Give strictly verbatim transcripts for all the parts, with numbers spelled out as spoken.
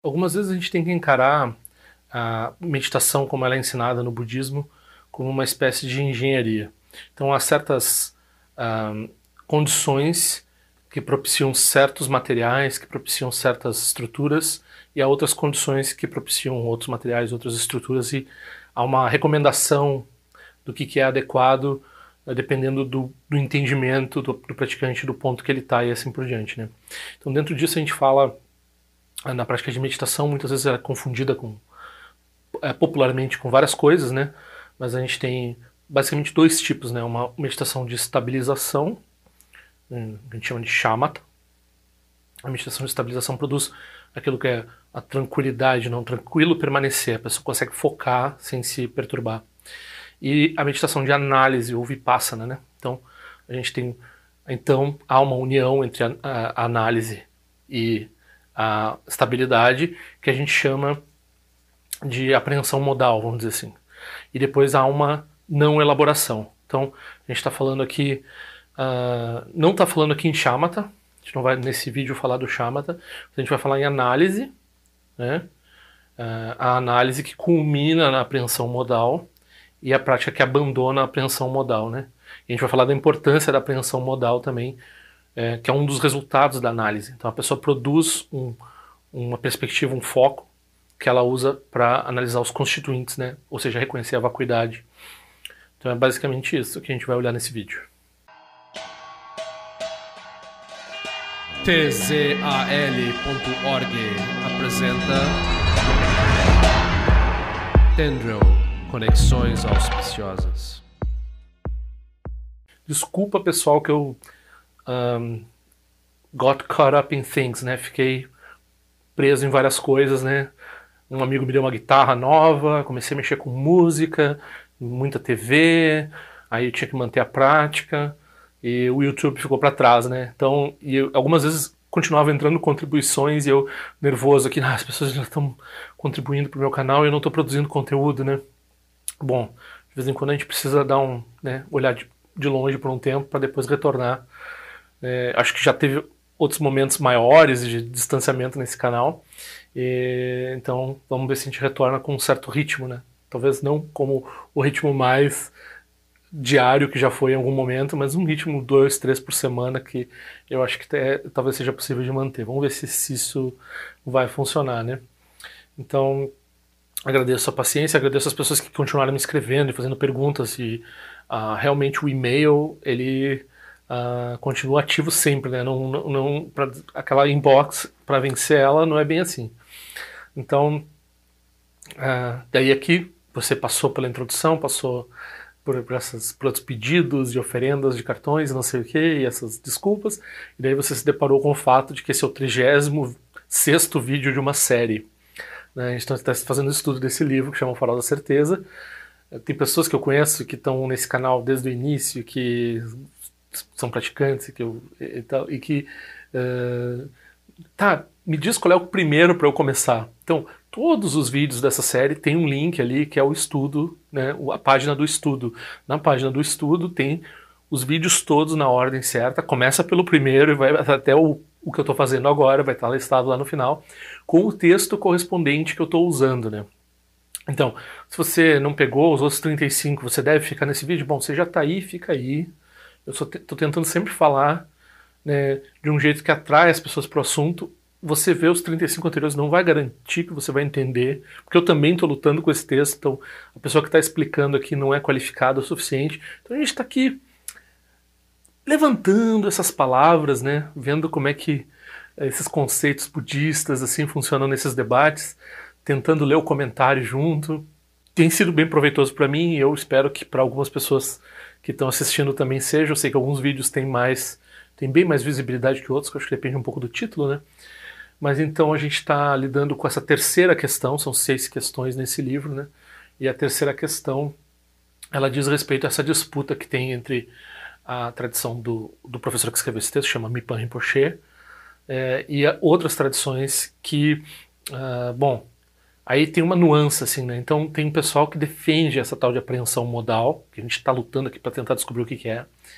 Algumas vezes a gente tem que encarar a meditação como ela é ensinada no budismo como uma espécie de engenharia. Então há certas ah, condições que propiciam certos materiais, que propiciam certas estruturas, e há outras condições que propiciam outros materiais, outras estruturas, e há uma recomendação do que, que é adequado eh, dependendo do, do entendimento do, do praticante, do ponto que ele está e assim por diante, né? Então dentro disso a gente fala na prática de meditação, muitas vezes é confundida com, é, popularmente com várias coisas, né? Mas a gente tem basicamente dois tipos, né? Uma meditação de estabilização, que a gente chama de shamatha. A meditação de estabilização produz aquilo que é a tranquilidade, não tranquilo permanecer, a pessoa consegue focar sem se perturbar. E a meditação de análise, ou vipassana, né? Então, a gente tem, então, há uma união entre a, a, a análise e a estabilidade, que a gente chama de apreensão modal, vamos dizer assim. E depois há uma não elaboração. Então, a gente está falando aqui, uh, não está falando aqui em shamatha, a gente não vai nesse vídeo falar do shamatha, a gente vai falar em análise, né? Uh, a análise que culmina na apreensão modal e a prática que abandona a apreensão modal, né? E a gente vai falar da importância da apreensão modal também, é, que é um dos resultados da análise. Então a pessoa produz um, uma perspectiva, um foco, que ela usa para analisar os constituintes, né? Ou seja, reconhecer a vacuidade. Então é basicamente isso que a gente vai olhar nesse vídeo. T Z A L ponto org apresenta Tendril, Conexões Auspiciosas. Desculpa, pessoal, que eu um, got caught up in things, né? Fiquei preso em várias coisas, né? Um amigo me deu uma guitarra nova, comecei a mexer com música, muita T V, aí eu tinha que manter a prática, e o YouTube ficou para trás, né? Então, e eu, algumas vezes continuava entrando contribuições e eu nervoso aqui, ah, as pessoas já estão contribuindo para o meu canal e eu não estou produzindo conteúdo, né? Bom, de vez em quando a gente precisa dar um, né, olhar de, de longe por um tempo para depois retornar. É, acho que já teve outros momentos maiores de distanciamento nesse canal. E, então vamos ver se a gente retorna com um certo ritmo, né? Talvez não como o ritmo mais diário que já foi em algum momento, mas um ritmo dois, três por semana que eu acho que é, talvez seja possível de manter. Vamos ver se, se isso vai funcionar, né? Então agradeço a paciência, agradeço as pessoas que continuaram me escrevendo e fazendo perguntas e uh, realmente o e-mail ele Uh, continua ativo sempre, né? Não, não, não pra, aquela inbox para vencer ela não é bem assim. Então, uh, daí aqui você passou pela introdução, passou por, por, essas, por outros pedidos de oferendas de cartões e não sei o que, e essas desculpas, e daí você se deparou com o fato de que esse é o trigésimo sexto vídeo de uma série. Né? A gente está fazendo um estudo desse livro que chama O Farol da Certeza. Tem pessoas que eu conheço que estão nesse canal desde o início, que são praticantes que eu, e, tal, e que uh, tá, me diz qual é o primeiro para eu começar. Então, todos os vídeos dessa série tem um link ali que é o estudo, né, a página do estudo. Na página do estudo tem os vídeos todos na ordem certa, começa pelo primeiro e vai até o, o que eu estou fazendo agora, vai estar listado lá no final, com o texto correspondente que eu estou usando, né. Então, se você não pegou os outros trinta e cinco, você deve ficar nesse vídeo, bom, você já está aí, fica aí. Eu estou tentando sempre falar, né, de um jeito que atrai as pessoas para o assunto. Você vê os trinta e cinco anteriores não vai garantir que você vai entender, porque eu também estou lutando com esse texto, então a pessoa que está explicando aqui não é qualificada o suficiente. Então a gente está aqui levantando essas palavras, né, vendo como é que esses conceitos budistas assim funcionam nesses debates, tentando ler o comentário junto. Tem sido bem proveitoso para mim e eu espero que para algumas pessoas que estão assistindo também seja. Eu sei que alguns vídeos têm mais, têm bem mais visibilidade que outros, que eu acho que depende um pouco do título, né? Mas então a gente está lidando com essa terceira questão, são seis questões nesse livro, né? E a terceira questão, ela diz respeito a essa disputa que tem entre a tradição do, do professor que escreveu esse texto, chama Mipan Rinpoche, é, e outras tradições que, uh, bom, aí tem uma nuance, assim, né? Então tem um pessoal que defende essa tal de apreensão modal, que a gente está lutando aqui para tentar descobrir o que, que é.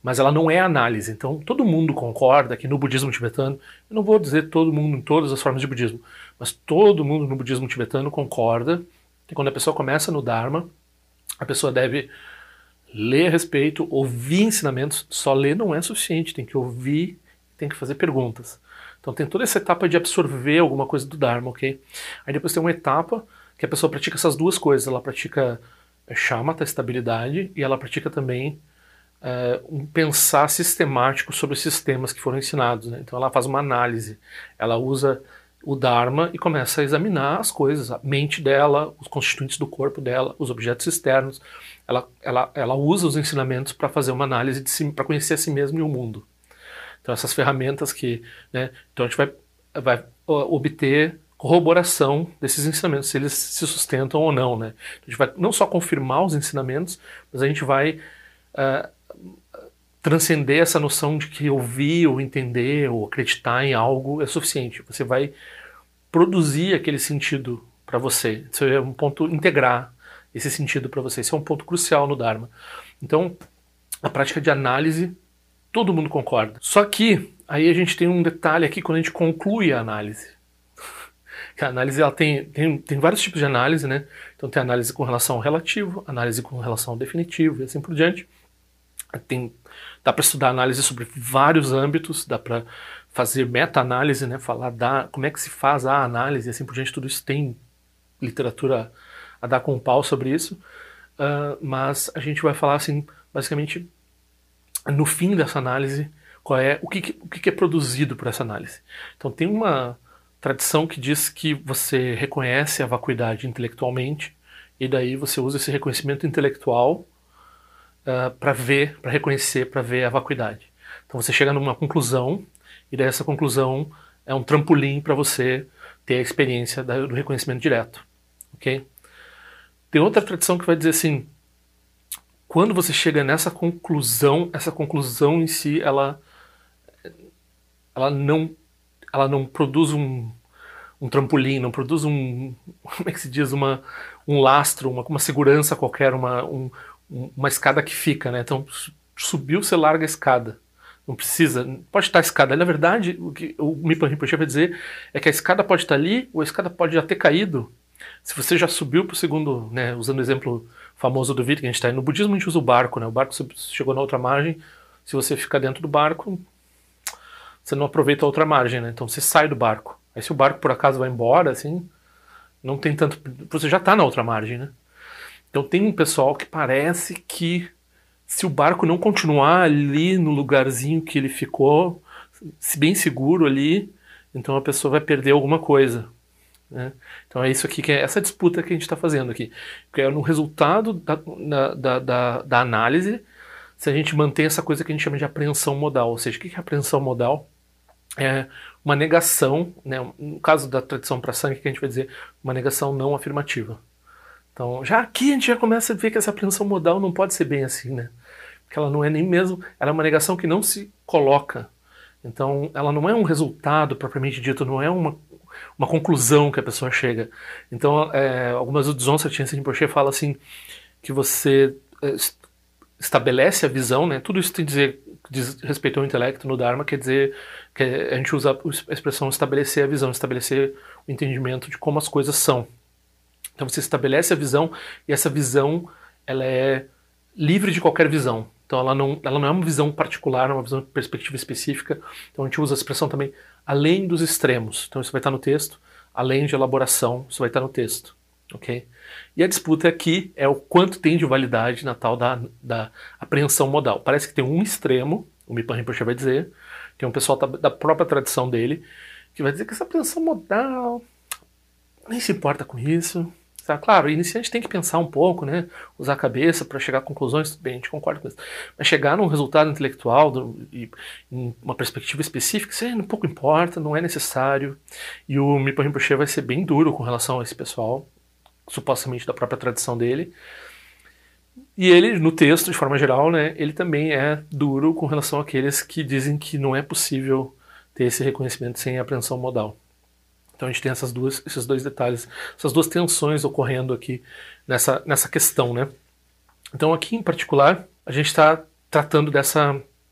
mas ela não é análise. Então todo mundo concorda que no budismo tibetano, eu não vou dizer todo mundo em todas as formas de budismo, mas todo mundo no budismo tibetano concorda que quando a pessoa começa no Dharma, a pessoa deve ler a respeito, ouvir ensinamentos. Só ler não é suficiente, tem que ouvir, tem que fazer perguntas. Então tem toda essa etapa de absorver alguma coisa do Dharma, ok? Aí depois tem uma etapa que a pessoa pratica essas duas coisas. Ela pratica shamatha, estabilidade, e ela pratica também uh, um pensar sistemático sobre os sistemas que foram ensinados, né? Então ela faz uma análise, ela usa o Dharma e começa a examinar as coisas, a mente dela, os constituintes do corpo dela, os objetos externos. Ela, ela, ela usa os ensinamentos para fazer uma análise de si, para conhecer a si mesmo e o mundo. Então essas ferramentas que, né, então a gente vai, vai obter corroboração desses ensinamentos, se eles se sustentam ou não, né? A gente vai não só confirmar os ensinamentos, mas a gente vai uh, transcender essa noção de que ouvir ou entender ou acreditar em algo é suficiente. Você vai produzir aquele sentido para você. Isso é um ponto, integrar esse sentido para você. Isso é um ponto crucial no Dharma. Então, a prática de análise, todo mundo concorda. Só que aí a gente tem um detalhe aqui quando a gente conclui a análise. A análise ela tem, tem, tem vários tipos de análise, né? Então tem análise com relação ao relativo, análise com relação ao definitivo e assim por diante. Tem, dá para estudar análise sobre vários âmbitos, dá para fazer meta-análise, né? Falar da, como é que se faz a análise e assim por diante. Tudo isso tem literatura a dar com um pau sobre isso. Uh, mas a gente vai falar assim, basicamente, no fim dessa análise, qual é, o, que, o que é produzido por essa análise. Então tem uma tradição que diz que você reconhece a vacuidade intelectualmente e daí você usa esse reconhecimento intelectual uh, para ver, para reconhecer, para ver a vacuidade. Então você chega numa conclusão e daí essa conclusão é um trampolim para você ter a experiência do reconhecimento direto, ok? Tem outra tradição que vai dizer assim, quando você chega nessa conclusão, essa conclusão em si, ela, ela não ela não produz um, um trampolim, não produz um, como é que se diz, uma, um lastro, uma, uma segurança qualquer, uma, um, uma escada que fica, né? Então, subiu, você larga a escada. Não precisa, pode estar a escada. Na verdade, o que o Mipan Rinpoche vai dizer é que a escada pode estar ali, ou a escada pode já ter caído. Se você já subiu para o segundo, né, usando o exemplo famoso do vídeo que a gente está aí, no budismo a gente usa o barco, né? O barco chegou na outra margem, se você ficar dentro do barco, você não aproveita a outra margem, né? Então você sai do barco. Aí se o barco por acaso vai embora, assim, não tem tanto... Você já está na outra margem, né? Então tem um pessoal que parece que se o barco não continuar ali no lugarzinho que ele ficou, bem seguro ali, então a pessoa vai perder alguma coisa, né? Então é isso aqui, que é essa disputa que a gente está fazendo aqui. Que é no resultado da, da, da, da análise, se a gente mantém essa coisa que a gente chama de apreensão modal. Ou seja, o que é apreensão modal? É uma negação, né, no caso da tradição para sangue, que a gente vai dizer uma negação não afirmativa. Então, já aqui a gente já começa a ver que essa apreensão modal não pode ser bem assim, né? Porque ela não é nem mesmo, ela é uma negação que não se coloca. Então, ela não é um resultado propriamente dito, não é uma, uma conclusão que a pessoa chega. Então, é, algumas do Dzongsa Tyense Rinpoche fala assim, que você é, estabelece a visão, né? Tudo isso tem que dizer, diz respeito ao intelecto no Dharma, quer dizer que a gente usa a expressão estabelecer a visão, estabelecer o entendimento de como as coisas são. Então você estabelece a visão e essa visão ela é livre de qualquer visão. Então ela não, ela não é uma visão particular, é uma visão de perspectiva específica. Então a gente usa a expressão também além dos extremos. Então isso vai estar no texto, além de elaboração, isso vai estar no texto. Okay? E a disputa aqui é o quanto tem de validade na tal da, da apreensão modal. Parece que tem um extremo, o Mipan Rinpoche vai dizer, tem um pessoal da própria tradição dele, que vai dizer que essa apreensão modal nem se importa com isso. Tá? Claro, o iniciante tem que pensar um pouco, né? Usar a cabeça para chegar a conclusões, bem, a gente concorda com isso. Mas chegar num resultado intelectual do, e em uma perspectiva específica, isso aí um pouco importa, não é necessário. E o Mipan Rinpoche vai ser bem duro com relação a esse pessoal, supostamente da própria tradição dele. E ele, no texto, de forma geral, né, ele também é duro com relação àqueles que dizem que não é possível ter esse reconhecimento sem apreensão modal. Então a gente tem essas duas, esses dois detalhes, essas duas tensões ocorrendo aqui nessa, nessa questão, né? Então aqui em particular, a gente está tratando dessa,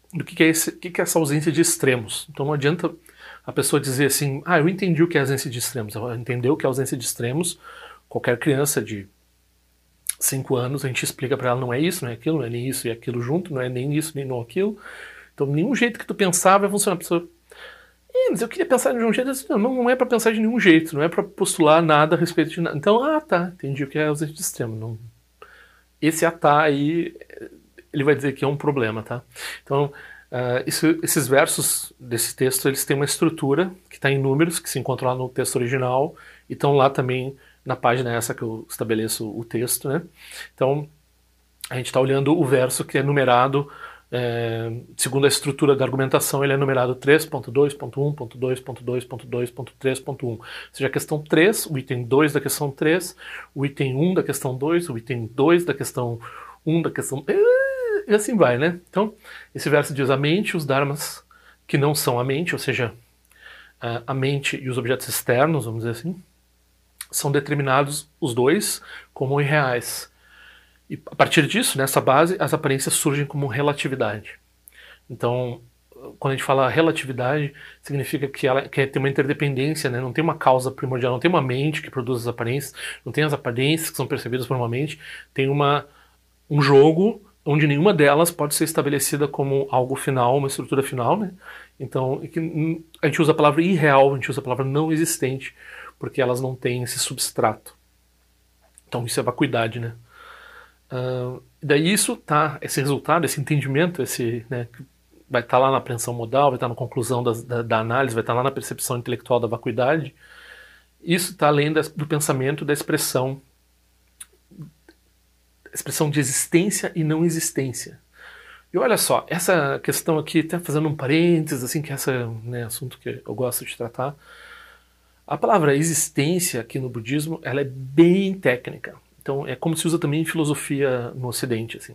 do que, que, é esse, que, que é essa ausência de extremos. Então não adianta a pessoa dizer assim, ah, eu entendi o que é ausência de extremos. Ela entendeu o que é ausência de extremos. Qualquer criança de cinco anos, a gente explica para ela, não é isso, não é aquilo, não é nem isso e aquilo junto, não é nem isso, nem não aquilo. Então nenhum jeito que tu pensar vai funcionar. A pessoa, eh, mas eu queria pensar de um jeito, não, não é para pensar de nenhum jeito, não é para postular nada a respeito de nada. Então, ah, tá, entendi o que é ausência de extremo. Não... Esse ah, tá aí, ele vai dizer que é um problema, tá? Então, uh, isso, esses versos desse texto, eles têm uma estrutura que está em números, que se encontra lá no texto original, e estão lá também na página essa que eu estabeleço o texto, né? Então, a gente está olhando o verso que é numerado, é, segundo a estrutura da argumentação, ele é numerado três ponto dois ponto um ponto dois ponto dois ponto dois ponto três ponto um. Ou seja, a questão três, o item dois da questão três, o item um da questão dois, o item dois da questão um da questão... E assim vai, né? Então, esse verso diz a mente, os dharmas que não são a mente, ou seja, a mente e os objetos externos, vamos dizer assim, são determinados, os dois, como irreais. E a partir disso, nessa base, as aparências surgem como relatividade. Então, quando a gente fala relatividade, significa que ela que tem uma interdependência, né? Não tem uma causa primordial, não tem uma mente que produz as aparências, não tem as aparências que são percebidas por uma mente, tem uma, um jogo onde nenhuma delas pode ser estabelecida como algo final, uma estrutura final, né? Então, a gente usa a palavra irreal, a gente usa a palavra não existente, porque elas não têm esse substrato. Então isso é vacuidade, né? Uh, daí isso tá, esse resultado, esse entendimento, esse, né, vai estar tá lá na apreensão modal, vai estar tá na conclusão da, da, da análise, vai estar tá lá na percepção intelectual da vacuidade. Isso está além das, do pensamento, da expressão, expressão de existência e não existência. E olha só, essa questão aqui, até fazendo um parênteses, assim, que esse é, né, assunto que eu gosto de tratar. A palavra existência aqui no budismo, ela é bem técnica. Então é como se usa também em filosofia no Ocidente. Assim.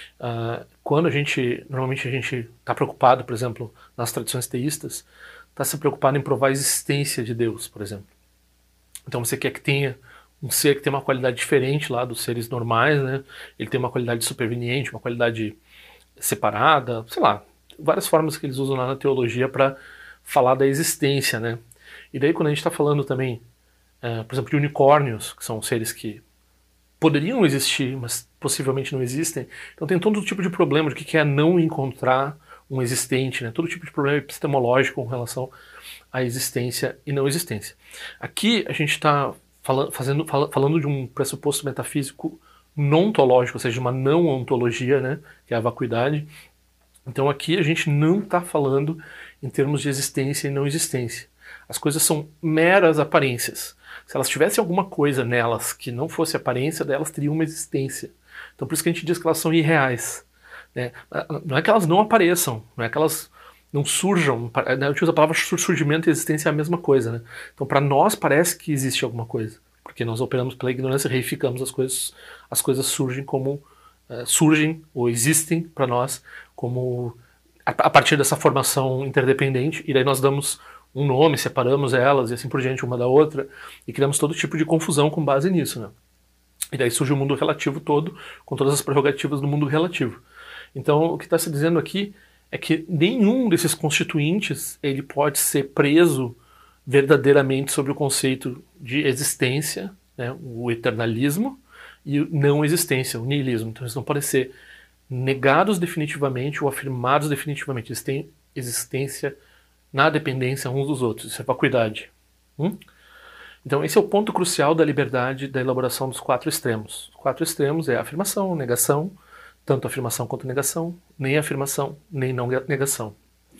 Uh, quando a gente, normalmente a gente está preocupado, por exemplo, nas tradições teístas, está se preocupado em provar a existência de Deus, por exemplo. Então você quer que tenha um ser que tem uma qualidade diferente lá dos seres normais, né? Ele tem uma qualidade superveniente, uma qualidade separada, sei lá, várias formas que eles usam lá na teologia para falar da existência, né? E daí quando a gente está falando também, uh, por exemplo, de unicórnios, que são seres que poderiam existir, mas possivelmente não existem, então tem todo tipo de problema de o que é não encontrar um existente, né? Todo tipo de problema epistemológico com relação à existência e não existência. Aqui a gente está fala, fazendo, fala, falando de um pressuposto metafísico nontológico, ou seja, uma não ontologia, né? Que é a vacuidade. Então aqui a gente não está falando em termos de existência e não existência. As coisas são meras aparências. Se elas tivessem alguma coisa nelas que não fosse aparência, elas teriam uma existência. Então por isso que a gente diz que elas são irreais. Né? Não é que elas não apareçam, não é que elas não surjam. Eu uso a palavra surgimento e existência é a mesma coisa. Né? Então para nós parece que existe alguma coisa, porque nós operamos pela ignorância e reificamos as coisas, as coisas surgem como uh, surgem ou existem para nós como a, a partir dessa formação interdependente, e daí nós damos um nome, separamos elas e assim por diante uma da outra e criamos todo tipo de confusão com base nisso, né? E daí surge o mundo relativo todo com todas as prerrogativas do mundo relativo. Então o que está se dizendo aqui é que nenhum desses constituintes ele pode ser preso verdadeiramente sobre o conceito de existência, né, o eternalismo, e não existência, o niilismo. Então eles não podem ser negados definitivamente ou afirmados definitivamente. Eles têm existência na dependência uns dos outros. Isso é vacuidade. Hum? Então esse é o ponto crucial da liberdade da elaboração dos quatro extremos. Os quatro extremos é a afirmação, negação, tanto afirmação quanto negação, nem afirmação, nem não negação.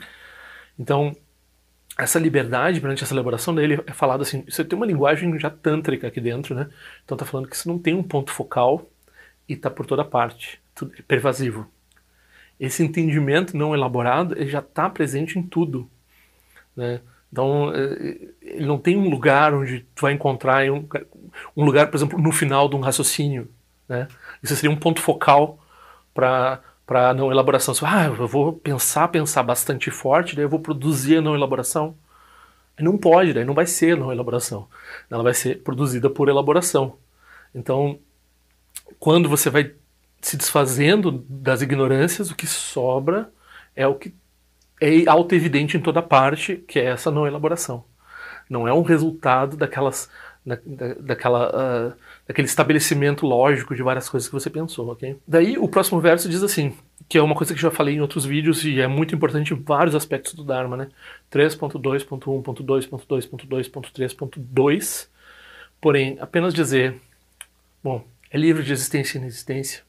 Então essa liberdade perante essa elaboração dele é falado assim, isso tem uma linguagem já tântrica aqui dentro, né? Então está falando que isso não tem um ponto focal e está por toda parte, tudo é pervasivo. Esse entendimento não elaborado ele já está presente em tudo. Né? Então ele não tem um lugar onde tu vai encontrar um, um lugar, por exemplo, no final de um raciocínio, né? Isso seria um ponto focal para para a não elaboração. Ah, eu vou pensar, pensar bastante forte, daí eu vou produzir a não elaboração. Não pode, daí não vai ser a não elaboração. Ela vai ser produzida por elaboração. Então, quando você vai se desfazendo das ignorâncias, o que sobra é o que é auto-evidente em toda parte, que é essa não elaboração. Não é um resultado daquelas, da, da, daquela, uh, daquele estabelecimento lógico de várias coisas que você pensou, ok? Daí o próximo verso diz assim, que é uma coisa que já falei em outros vídeos e é muito importante em vários aspectos do Dharma, né? três ponto dois ponto um ponto dois ponto dois ponto dois ponto três ponto dois, porém, apenas dizer, bom, é livre de existência e inexistência.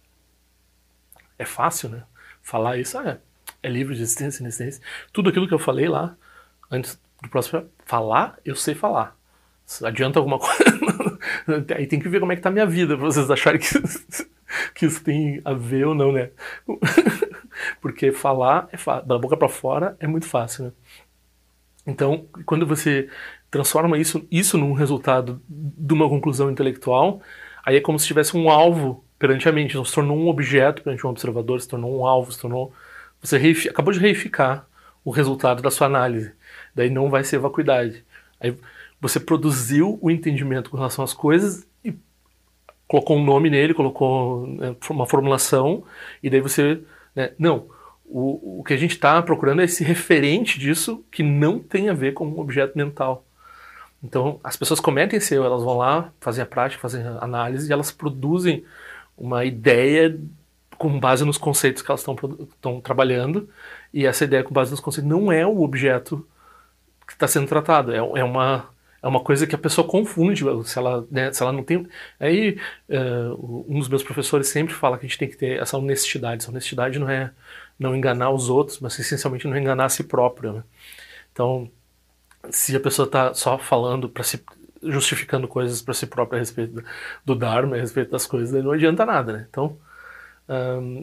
É fácil, né? Falar isso, ah, é, é livre de existência e inexistência. Tudo aquilo que eu falei lá, antes do próximo, falar, eu sei falar. Se adianta alguma coisa? Aí tem que ver como é que tá a minha vida, pra vocês acharem que, que isso tem a ver ou não, né? Porque falar, é fa- da boca pra fora, é muito fácil, né? Então, quando você transforma isso, isso num resultado de uma conclusão intelectual, aí é como se tivesse um alvo perante a mente, então se tornou um objeto perante um observador, se tornou um alvo, se tornou... Você reifi... acabou de reificar o resultado da sua análise. Daí não vai ser vacuidade. Aí você produziu o entendimento com relação às coisas e colocou um nome nele, colocou, né, uma formulação, e daí você... Né, não, o, o que a gente está procurando é esse referente disso que não tem a ver com um objeto mental. Então, as pessoas cometem esse erro, elas vão lá, fazem a prática, fazem a análise, e elas produzem uma ideia com base nos conceitos que elas estão trabalhando, e essa ideia com base nos conceitos não é o objeto que está sendo tratado, é, é, uma, é uma coisa que a pessoa confunde, se ela, né, se ela não tem... Aí, uh, um dos meus professores sempre fala que a gente tem que ter essa honestidade. Essa honestidade não é não enganar os outros, mas essencialmente não enganar a si próprio, né? Então, se a pessoa está só falando para si, justificando coisas para si própria a respeito do, do Dharma, a respeito das coisas, não adianta nada, né? Então, um,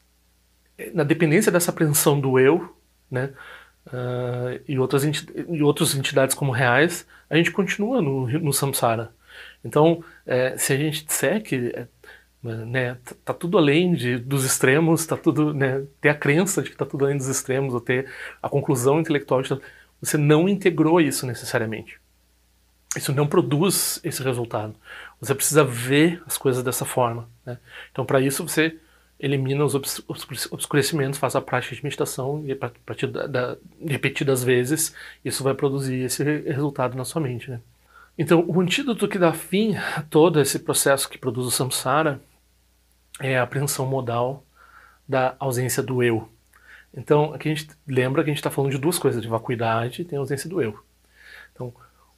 na dependência dessa apreensão do eu, né, uh, e, outras e outras entidades como reais, a gente continua no, no samsara. Então, é, se a gente disser que é, né, tá tudo além de, dos extremos, tá tudo, né, ter a crença de que tá tudo além dos extremos, ou ter a conclusão intelectual de que você não integrou isso necessariamente. Isso não produz esse resultado. Você precisa ver as coisas dessa forma, né? Então, para isso, você elimina os obscurecimentos, faz a prática de meditação e a partir da, da, repetidas vezes, isso vai produzir esse resultado na sua mente, né? Então, o antídoto que dá fim a todo esse processo que produz o samsara é a apreensão modal da ausência do eu. Então, aqui a gente lembra que a gente está falando de duas coisas, de vacuidade e tem a ausência do eu. Então,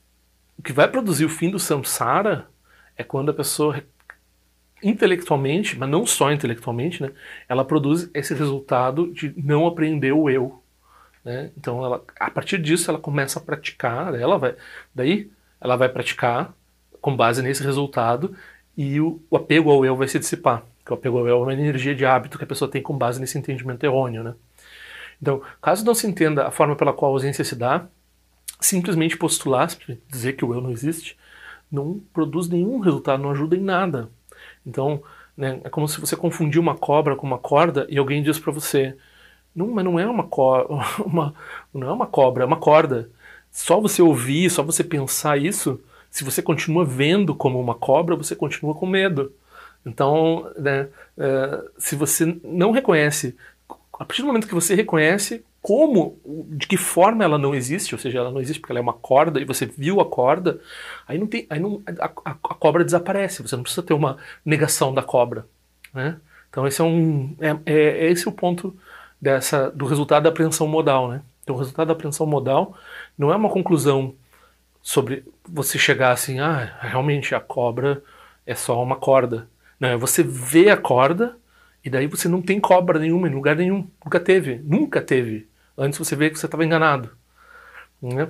o que vai produzir o fim do samsara é quando a pessoa, intelectualmente, mas não só intelectualmente, né, ela produz esse resultado de não apreender o eu, né? Então, ela, a partir disso, ela começa a praticar, ela vai, daí ela vai praticar com base nesse resultado e o, o apego ao eu vai se dissipar. Porque o apego ao eu é uma energia de hábito que a pessoa tem com base nesse entendimento errôneo, né? Então, caso não se entenda a forma pela qual a ausência se dá, simplesmente postular, dizer que o eu não existe, não produz nenhum resultado, não ajuda em nada. Então, né, é como se você confundir uma cobra com uma corda e alguém diz para você, não, mas não é uma, co uma, não é uma cobra, é uma corda. Só você ouvir, só você pensar isso, se você continua vendo como uma cobra, você continua com medo. Então, né, é, se você não reconhece, a partir do momento que você reconhece como, de que forma ela não existe, ou seja, ela não existe porque ela é uma corda e você viu a corda, aí não tem, aí não, a, a, a cobra desaparece, você não precisa ter uma negação da cobra, né? Então esse é um, é, é, é esse o ponto dessa, do resultado da apreensão modal, né? Então o resultado da apreensão modal não é uma conclusão sobre você chegar assim, ah, realmente a cobra é só uma corda. Não, é você vê a corda e daí você não tem cobra nenhuma em lugar nenhum. Nunca teve. Nunca teve. Antes você vê que você estava enganado. Né?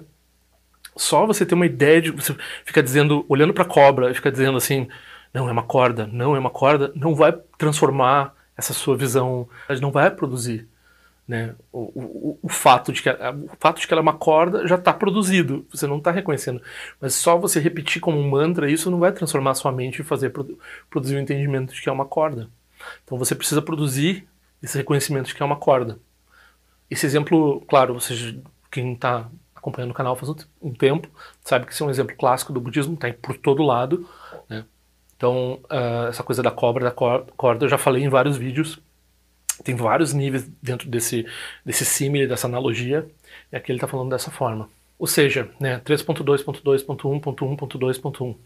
Só você ter uma ideia de... Você fica dizendo, olhando para a cobra, e fica dizendo assim, não, é uma corda, não, é uma corda, não vai transformar essa sua visão, não vai produzir. Né? O, o, o, fato de que, o fato de que ela é uma corda já está produzido, você não está reconhecendo. Mas só você repetir como um mantra, isso não vai transformar a sua mente e fazer produzir o entendimento de que é uma corda. Então você precisa produzir esse reconhecimento de que é uma corda. Esse exemplo, claro, você, quem está acompanhando o canal faz um tempo, sabe que esse é um exemplo clássico do budismo, está por todo lado. Né? Então, uh, essa coisa da cobra, da corda, eu já falei em vários vídeos. Tem vários níveis dentro desse, desse símile, dessa analogia, e aqui ele está falando dessa forma. Ou seja, né, três ponto dois ponto dois ponto um ponto um ponto dois ponto um.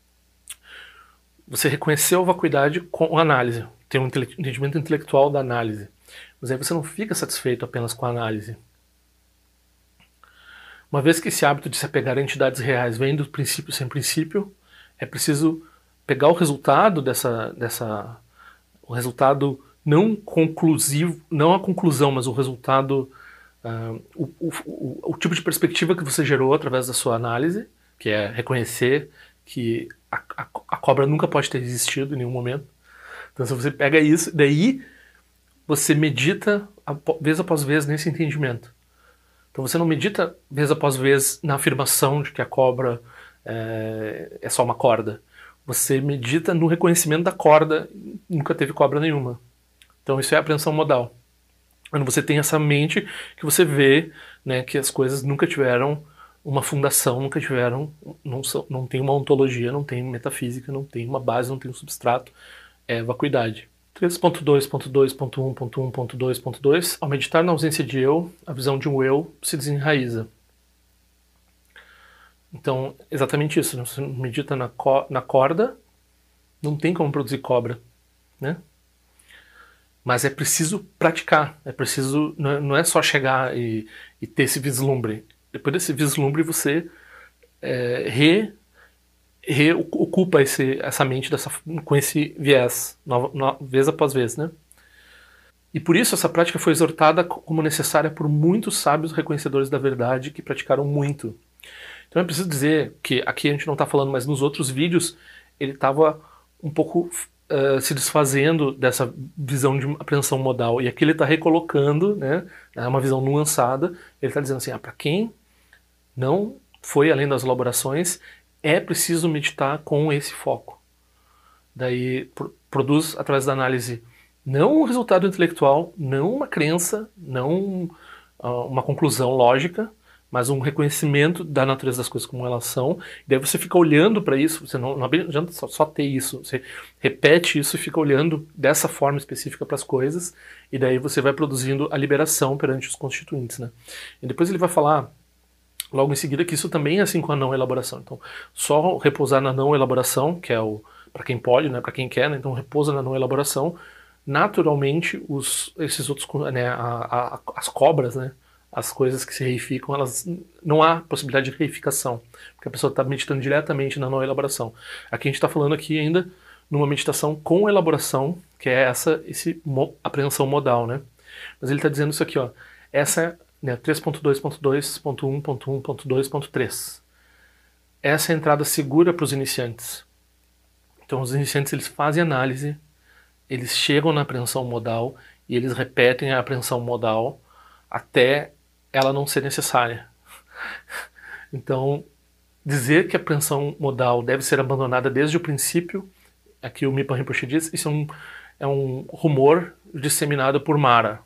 Você reconheceu a vacuidade com a análise, tem um entendimento intelectual da análise, mas aí você não fica satisfeito apenas com a análise. Uma vez que esse hábito de se apegar a entidades reais vem do princípio sem princípio, é preciso pegar o resultado dessa, dessa o resultado não conclusivo, não a conclusão, mas o resultado, uh, o, o, o, o tipo de perspectiva que você gerou através da sua análise, que é reconhecer que a, a, a cobra nunca pode ter existido em nenhum momento. Então se você pega isso, daí você medita vez após vez nesse entendimento. Então você não medita vez após vez na afirmação de que a cobra é, é só uma corda. Você medita no reconhecimento da corda, nunca teve cobra nenhuma. Então isso é apreensão modal. Quando você tem essa mente que você vê, né, que as coisas nunca tiveram uma fundação, nunca tiveram, não, são, não tem uma ontologia, não tem metafísica, não tem uma base, não tem um substrato, é vacuidade. três ponto dois ponto dois ponto um ponto um ponto dois ponto dois. Ao meditar na ausência de eu, a visão de um eu se desenraiza. Então, exatamente isso. Você medita na, co na corda, não tem como produzir cobra, né? Mas é preciso praticar, é preciso, não é só chegar e, e ter esse vislumbre. Depois desse vislumbre você é, re, reocupa esse, essa mente dessa, com esse viés, no, no, vez após vez, né? E por isso essa prática foi exortada como necessária por muitos sábios reconhecedores da verdade que praticaram muito. Então é preciso dizer que aqui a gente não está falando, mas nos outros vídeos ele estava um pouco uh, se desfazendo dessa visão de apreensão modal. E aqui ele está recolocando, né, uma visão nuançada. Ele está dizendo assim, ah, para quem não foi além das elaborações, é preciso meditar com esse foco. Daí pro, produz, através da análise, não um resultado intelectual, não uma crença, não uh, uma conclusão lógica, mas um reconhecimento da natureza das coisas como elas são. E daí você fica olhando para isso, você não, não adianta só, só ter isso, você repete isso e fica olhando dessa forma específica para as coisas, e daí você vai produzindo a liberação perante os constituintes, né? E depois ele vai falar, logo em seguida, que isso também é assim com a não elaboração. Então, só repousar na não elaboração, que é o para quem pode, né, para quem quer, né? Então repousa na não elaboração, naturalmente os, esses outros, né, a, a, as cobras, né, as coisas que se reificam, elas, não há possibilidade de reificação, porque a pessoa está meditando diretamente na não elaboração. Aqui a gente está falando aqui ainda numa meditação com elaboração, que é essa esse mo, apreensão modal, né? Mas ele está dizendo isso aqui, ó, essa é, né, três ponto dois ponto dois ponto um ponto um ponto dois ponto três. Essa é a entrada segura para os iniciantes. Então os iniciantes eles fazem análise, eles chegam na apreensão modal e eles repetem a apreensão modal até ela não ser necessária. Então, dizer que a apreensão modal deve ser abandonada desde o princípio, aqui o Mipa Rinpoche diz, isso é um, é um rumor disseminado por Mara.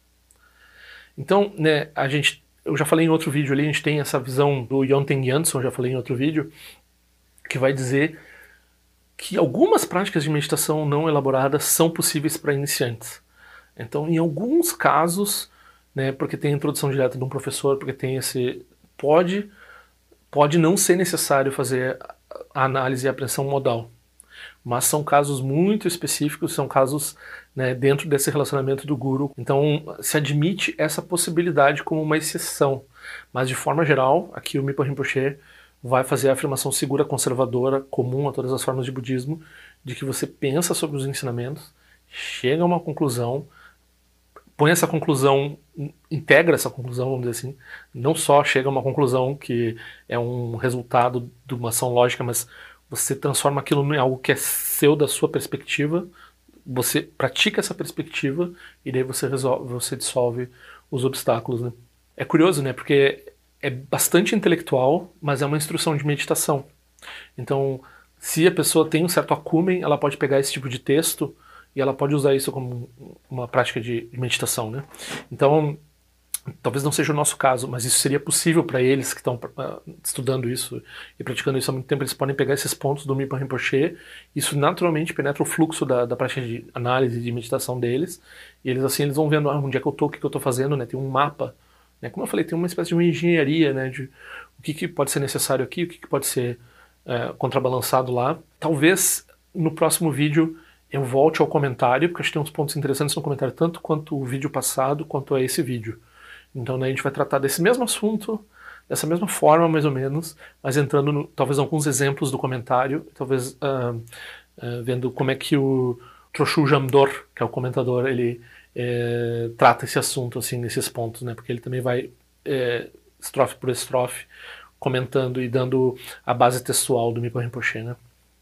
Então, né, a gente, eu já falei em outro vídeo ali, a gente tem essa visão do Yonten Jansson, já falei em outro vídeo, que vai dizer que algumas práticas de meditação não elaboradas são possíveis para iniciantes. Então, em alguns casos, né, porque tem a introdução direta de um professor, porque tem esse... Pode, pode não ser necessário fazer a análise e a apreensão modal. Mas são casos muito específicos, são casos, né, dentro desse relacionamento do guru. Então, se admite essa possibilidade como uma exceção. Mas, de forma geral, aqui o Mipa Rinpoche vai fazer a afirmação segura conservadora, comum a todas as formas de budismo, de que você pensa sobre os ensinamentos, chega a uma conclusão, põe essa conclusão, integra essa conclusão, vamos dizer assim, não só chega a uma conclusão que é um resultado de uma ação lógica, mas você transforma aquilo em algo que é seu, da sua perspectiva, você pratica essa perspectiva e daí você resolve, você dissolve os obstáculos, né? É curioso, né? Porque é bastante intelectual, mas é uma instrução de meditação. Então, se a pessoa tem um certo acumen, ela pode pegar esse tipo de texto e ela pode usar isso como uma prática de meditação, né? Então, Talvez não seja o nosso caso, mas isso seria possível para eles que estão uh, estudando isso e praticando isso há muito tempo. Eles podem pegar esses pontos do Mipa Rinpoche, isso naturalmente penetra o fluxo da, da prática de análise e de meditação deles, e eles assim eles vão vendo ah, onde é que eu estou, o que, que eu estou fazendo, né? Tem um mapa, né? Como eu falei, tem uma espécie de uma engenharia, né? De o que, que pode ser necessário aqui, o que, que pode ser uh, contrabalançado lá. Talvez no próximo vídeo eu volte ao comentário, porque acho que tem uns pontos interessantes no comentário, tanto quanto o vídeo passado, quanto a esse vídeo. Então, né, a gente vai tratar desse mesmo assunto, dessa mesma forma, mais ou menos, mas entrando, no, talvez, alguns exemplos do comentário, talvez uh, uh, vendo como é que o Troshu Jamdor, que é o comentador, ele é, trata esse assunto, assim, nesses pontos, né, porque ele também vai, é, estrofe por estrofe, comentando e dando a base textual do Mipa Rinpoche, né.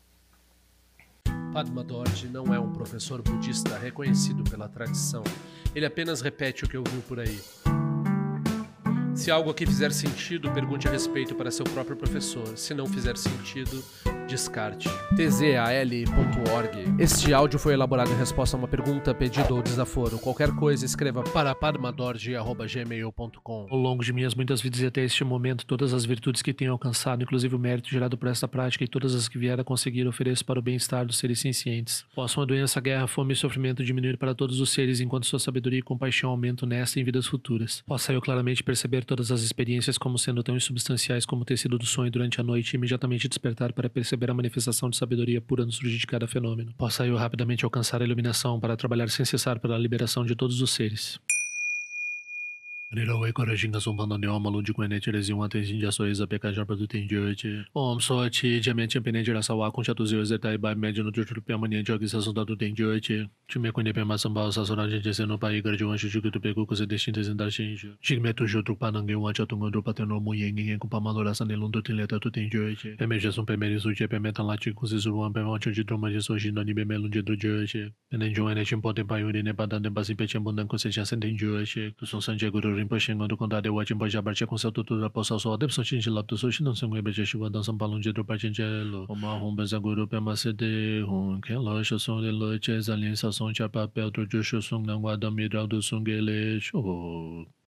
Padma Dorje não é um professor budista reconhecido pela tradição. Ele apenas repete o que ouviu por aí. Se algo aqui fizer sentido, pergunte a respeito para seu próprio professor. Se não fizer sentido, descarte. T Z A L ponto org. Este áudio foi elaborado em resposta a uma pergunta, pedido ou desaforo. Qualquer coisa, escreva para padmadorje arroba gmail ponto com. Ao longo de minhas muitas vidas e até este momento, todas as virtudes que tenho alcançado, inclusive o mérito gerado por esta prática e todas as que vier a conseguir, ofereço para o bem-estar dos seres sencientes. Possam a doença, a guerra, a fome e o sofrimento diminuir para todos os seres, enquanto sua sabedoria e compaixão aumentam nesta e em vidas futuras. Possa eu claramente perceber todas as experiências como sendo tão insubstanciais como o tecido do sonho durante a noite e imediatamente despertar para perceber a manifestação de sabedoria pura no surgir de cada fenômeno. Possa eu rapidamente alcançar a iluminação para trabalhar sem cessar pela liberação de todos os seres. Nirawe Korajinga Sumpano Neoma Lundi Kwene Tirezi Uma Tenzin Jasoe Zapeka Jarpa do Tendioti Om Sochi Jamen Champene Jirasawa Kunchatu Zio Zetai Bai Médio no Tutu Piamani Jogi Sasunda do Tendioti Time Kwene Pema Sambao Sasura Gente no Pai Garjuan Shujuku do Peku Kuse Destintes em Darshinju Jigmetu Jutru Panangue Wacha Tungondo Pateno Muyeng Kupamalora Sanelun do Tileta do Tendioti Peme Jesum Pemeri Suji Pemetan Lati Kusizuruan Pemancho de Druma de Soji no Nibe Melun de Drujoti Penenjo Ene Chimpote Payuri Nepadan de Basimpe Chambundan Kusejan Sentendioti Kusun Sanje Guru Rinpoche do condado de Wachimbo Jabartia com seu tutor da poça só de Santin de Lapto Sushi não se mueve de chuva dançam balão de do Partingelo uma rumba zaguru pema cd um que loja som de lote as alianças são de papel do Joshua Sung não guarda miral do Sungele show